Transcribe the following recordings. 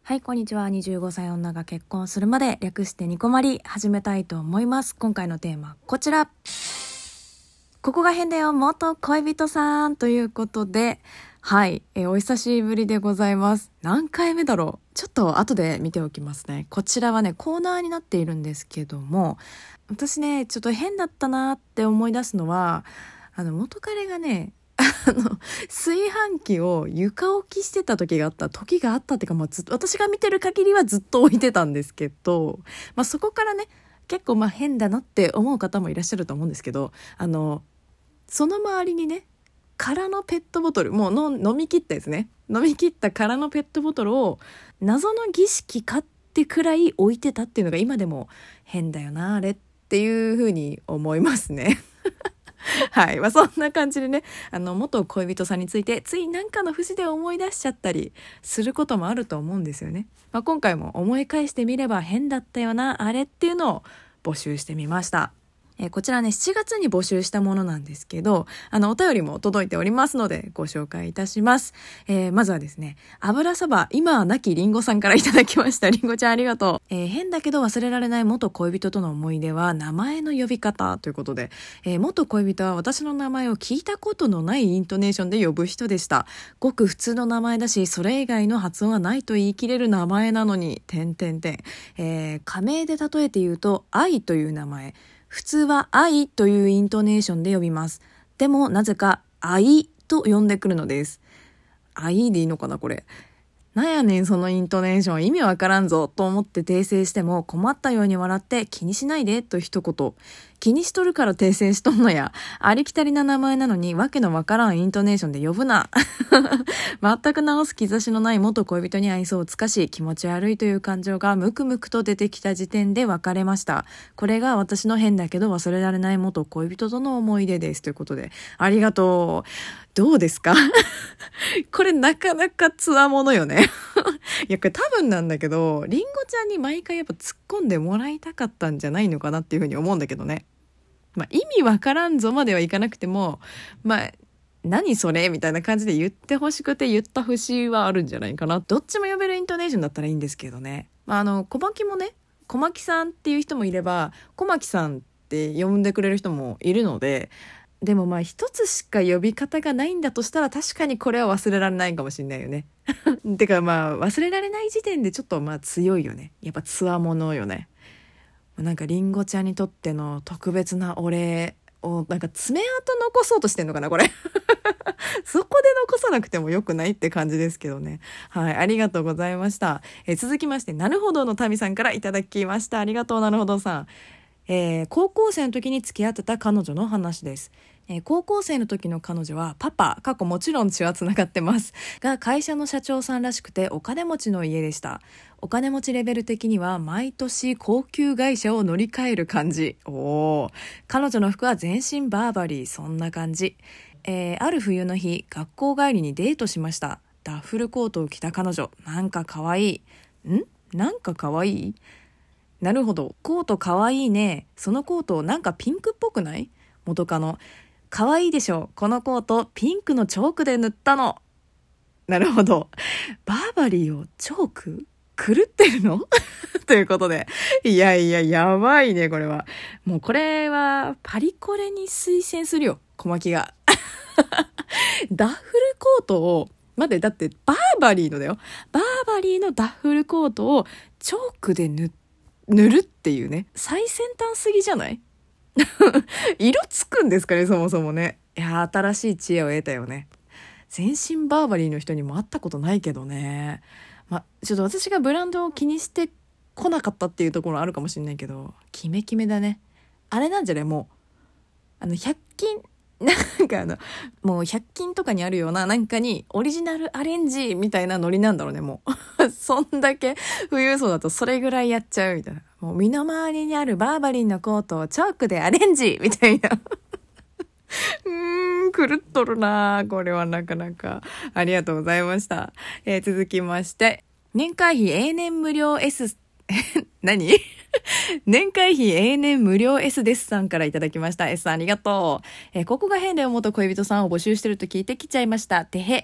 はい、こんにちは。25歳女が結婚するまで略してニコマリ始めたいと思います。今回のテーマ、こちら。ここが変だよ、元恋人さんということで、はい、お久しぶりでございます。何回目だろう？ちょっと後で見ておきますね。こちらはね、コーナーになっているんですけども、私ね、ちょっと変だったなって思い出すのは、元彼がね、炊飯器を床置きしてた時があったっていうか、ずっと私が見てる限りはずっと置いてたんですけど、そこからね、結構変だなって思う方もいらっしゃると思うんですけど、その周りにね、空のペットボトル、もう飲み切ったですね。飲み切った空のペットボトルを謎の儀式かってくらい置いてたっていうのが今でも変だよな、あれっていう風に思いますね。はい。そんな感じでね、元恋人さんについて、ついなんかの節で思い出しちゃったりすることもあると思うんですよね。今回も思い返してみれば変だったよな、あれっていうのを募集してみました。こちらね、7月に募集したものなんですけど、お便りも届いておりますので、ご紹介いたします。まずはですね、油そば、今は亡きりんごさんからいただきました。りんごちゃんありがとう。変だけど忘れられない元恋人との思い出は、名前の呼び方ということで、元恋人は私の名前を聞いたことのないイントネーションで呼ぶ人でした。ごく普通の名前だし、それ以外の発音はないと言い切れる名前なのに、仮名で例えて言うと、愛という名前。普通は愛というイントネーションで呼びます。でもなぜか愛と呼んでくるのです。愛でいいのかなこれ。なんやねんそのイントネーション意味わからんぞと思って訂正しても困ったように笑って気にしないでと一言。気にしとるから訂正しとんのや。ありきたりな名前なのにわけのわからんイントネーションで呼ぶな。全く直す兆しのない元恋人に愛想を尽かし気持ち悪いという感情がムクムクと出てきた時点で別れました。これが私の変だけど忘れられない元恋人との思い出ですということでありがとう。どうですか？これなかなかつわものよね。いやこれ多分なんだけどりんごちゃんに毎回やっぱ突っ込んでもらいたかったんじゃないのかなっていうふうに思うんだけどね。意味わからんぞまではいかなくても何それみたいな感じで言ってほしくて言った節はあるんじゃないかな。どっちも呼べるイントネーションだったらいいんですけどね。小牧もね、小牧さんっていう人もいれば小牧さんって呼んでくれる人もいるので、でも一つしか呼び方がないんだとしたら確かにこれは忘れられないかもしれないよね。てか忘れられない時点でちょっと強いよね。やっぱつわものよね。なんかりんごちゃんにとっての特別なお礼をなんか爪痕残そうとしてんのかなこれ。そこで残さなくてもよくないって感じですけどね。はい、ありがとうございました。続きましてなるほどの民さんからいただきました。ありがとうなるほどさん。高校生の時に付き合ってた彼女の話です。高校生の時の彼女はパパ、もちろん血はつながってますが、会社の社長さんらしくてお金持ちの家でした。お金持ちレベル的には毎年高級会社を乗り換える感じ。彼女の服は全身バーバリー、そんな感じ。ある冬の日、学校帰りにデートしました。ダッフルコートを着た彼女、なんか可愛い。なんか可愛い？なるほど。コートかわいいね。そのコートなんかピンクっぽくない？元カノ。かわいいでしょ。このコートピンクのチョークで塗ったの。なるほど。バーバリーをチョーク？狂ってるの？ということで。やばいね、これは。もうこれはパリコレに推薦するよ。小牧が。ダッフルコートをだってバーバリーのだよ。バーバリーのダッフルコートをチョークで塗るっていうね。最先端すぎじゃない？色つくんですかね、そもそもね。いや、新しい知恵を得たよね。全身バーバリーの人にも会ったことないけどね。ちょっと私がブランドを気にしてこなかったっていうところあるかもしれないけど、キメキメだね。あれなんじゃないもう、100均、なんかもう100均とかにあるようななんかにオリジナルアレンジみたいなノリなんだろうね、もう。そんだけ富裕層だとそれぐらいやっちゃうみたいな。もう身の回りにあるバーバリンのコートをチョークでアレンジみたいな。狂っとるなこれはなかなか。ありがとうございました。続きまして、年会費永年無料 S 何年会費永年無料 S ですさんからいただきました。S さんありがとう。ここが変だよ元恋人さんを募集してると聞いてきちゃいました。てへ。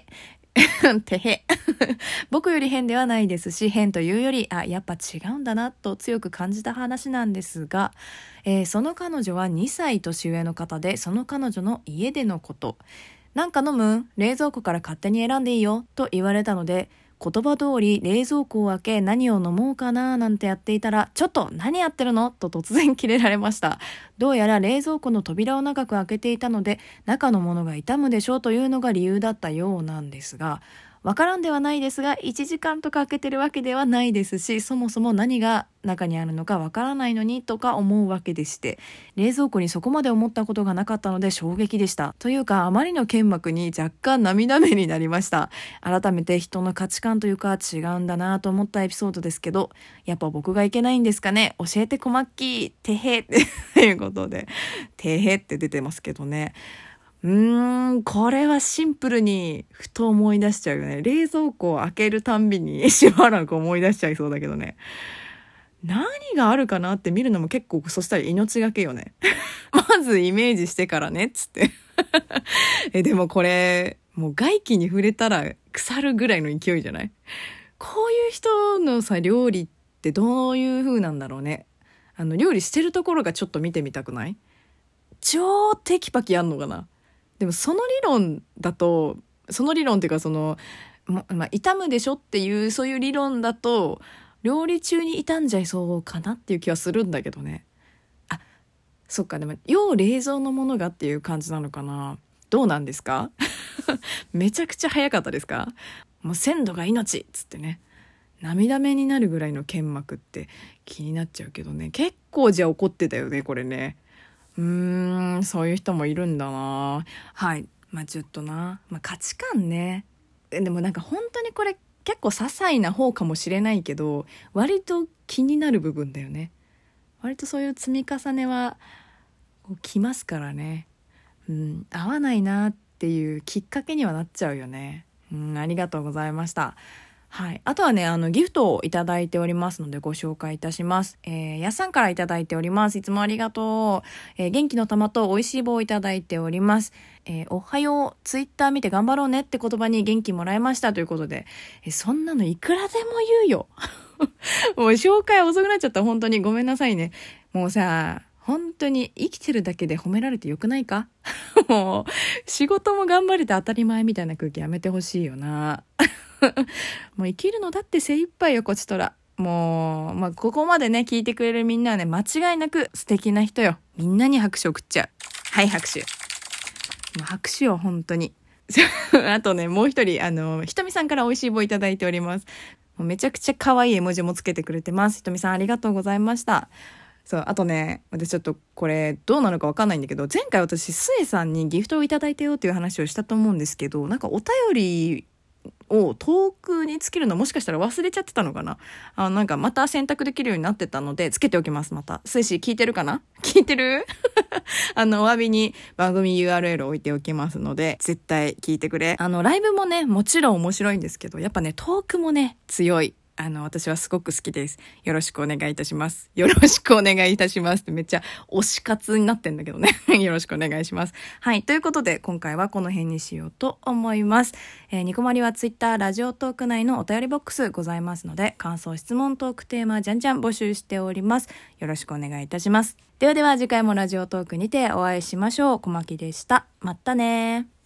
てへ。僕より変ではないですし、変というより、やっぱ違うんだなと強く感じた話なんですが、その彼女は2歳年上の方で、その彼女の家でのこと。なんか飲む？冷蔵庫から勝手に選んでいいよと言われたので、言葉通り冷蔵庫を開け何を飲もうかななんてやっていたら、ちょっと何やってるのと突然キレられました。どうやら冷蔵庫の扉を長く開けていたので、中のものが傷むでしょうというのが理由だったようなんですが、わからんではないですが、1時間とか開けてるわけではないですし、そもそも何が中にあるのかわからないのにとか思うわけでして、冷蔵庫にそこまで思ったことがなかったので衝撃でした。というか、あまりの剣幕に若干涙目になりました。改めて人の価値観というか違うんだなと思ったエピソードですけど、やっぱ僕がいけないんですかね。教えてこまっきー、てへっていうことで、てへって出てますけどね。これはシンプルにふと思い出しちゃうよね。冷蔵庫を開けるたんびにしばらく思い出しちゃいそうだけどね。何があるかなって見るのも結構、そしたら命がけよね。まずイメージしてからねっつってでもこれもう外気に触れたら腐るぐらいの勢いじゃない？こういう人のさ、料理ってどういう風なんだろうね。料理してるところがちょっと見てみたくない？超テキパキやんのかな。でもその理論だと、その理論っていうか傷むでしょっていうそういう理論だと、料理中に傷んじゃいそうかなっていう気はするんだけどね。そっか、でも要冷蔵のものがっていう感じなのかな。どうなんですか？めちゃくちゃ早かったですか？もう鮮度が命っつってね、涙目になるぐらいの剣幕って気になっちゃうけどね。結構じゃあ怒ってたよねこれね。そういう人もいるんだな。はい。ちょっとな。価値観ね。でもなんか本当にこれ結構些細な方かもしれないけど、割と気になる部分だよね。割とそういう積み重ねはこう来ますからね。合わないなっていうきっかけにはなっちゃうよね。ありがとうございました。はい。あとはね、ギフトをいただいておりますのでご紹介いたします。やっさんからいただいております。いつもありがとう。元気の玉と美味しい棒をいただいております。おはよう、ツイッター見て頑張ろうねって言葉に元気もらいましたということで、そんなのいくらでも言うよ。もう紹介遅くなっちゃった。本当にごめんなさいね。もうさ、本当に生きてるだけで褒められてよくないか？もう仕事も頑張れて当たり前みたいな空気やめてほしいよな。もう生きるのだって精一杯よこちとら。もう、ここまでね聞いてくれるみんなはね、間違いなく素敵な人よ。みんなに拍手送っちゃう。はい、拍手。もう拍手よ本当に。あとね、もう一人ひとみさんから美味しい棒いただいております。もうめちゃくちゃ可愛い絵文字もつけてくれてます。ひとみさんありがとうございました。そう、あとね、私ちょっとこれどうなのかわかんないんだけど、前回私スエさんにギフトをいただいてよっていう話をしたと思うんですけど、なんかお便りを遠くにつけるのもしかしたら忘れちゃってたのかな。なんかまた選択できるようになってたのでつけておきます。またスエシ聞いてるかな？聞いてる？お詫びに番組 URL 置いておきますので絶対聞いてくれ。ライブもねもちろん面白いんですけど、やっぱねトークもね強い。私はすごく好きです。よろしくお願いいたします。よろしくお願いいたしますってめっちゃ推し活になってんだけどね。よろしくお願いします。はい。ということで、今回はこの辺にしようと思います。ニコマリはツイッター、ラジオトーク内のお便りボックスございますので、感想、質問、トークテーマ、じゃんじゃん募集しております。よろしくお願いいたします。ではでは次回もラジオトークにてお会いしましょう。小牧でした。またね。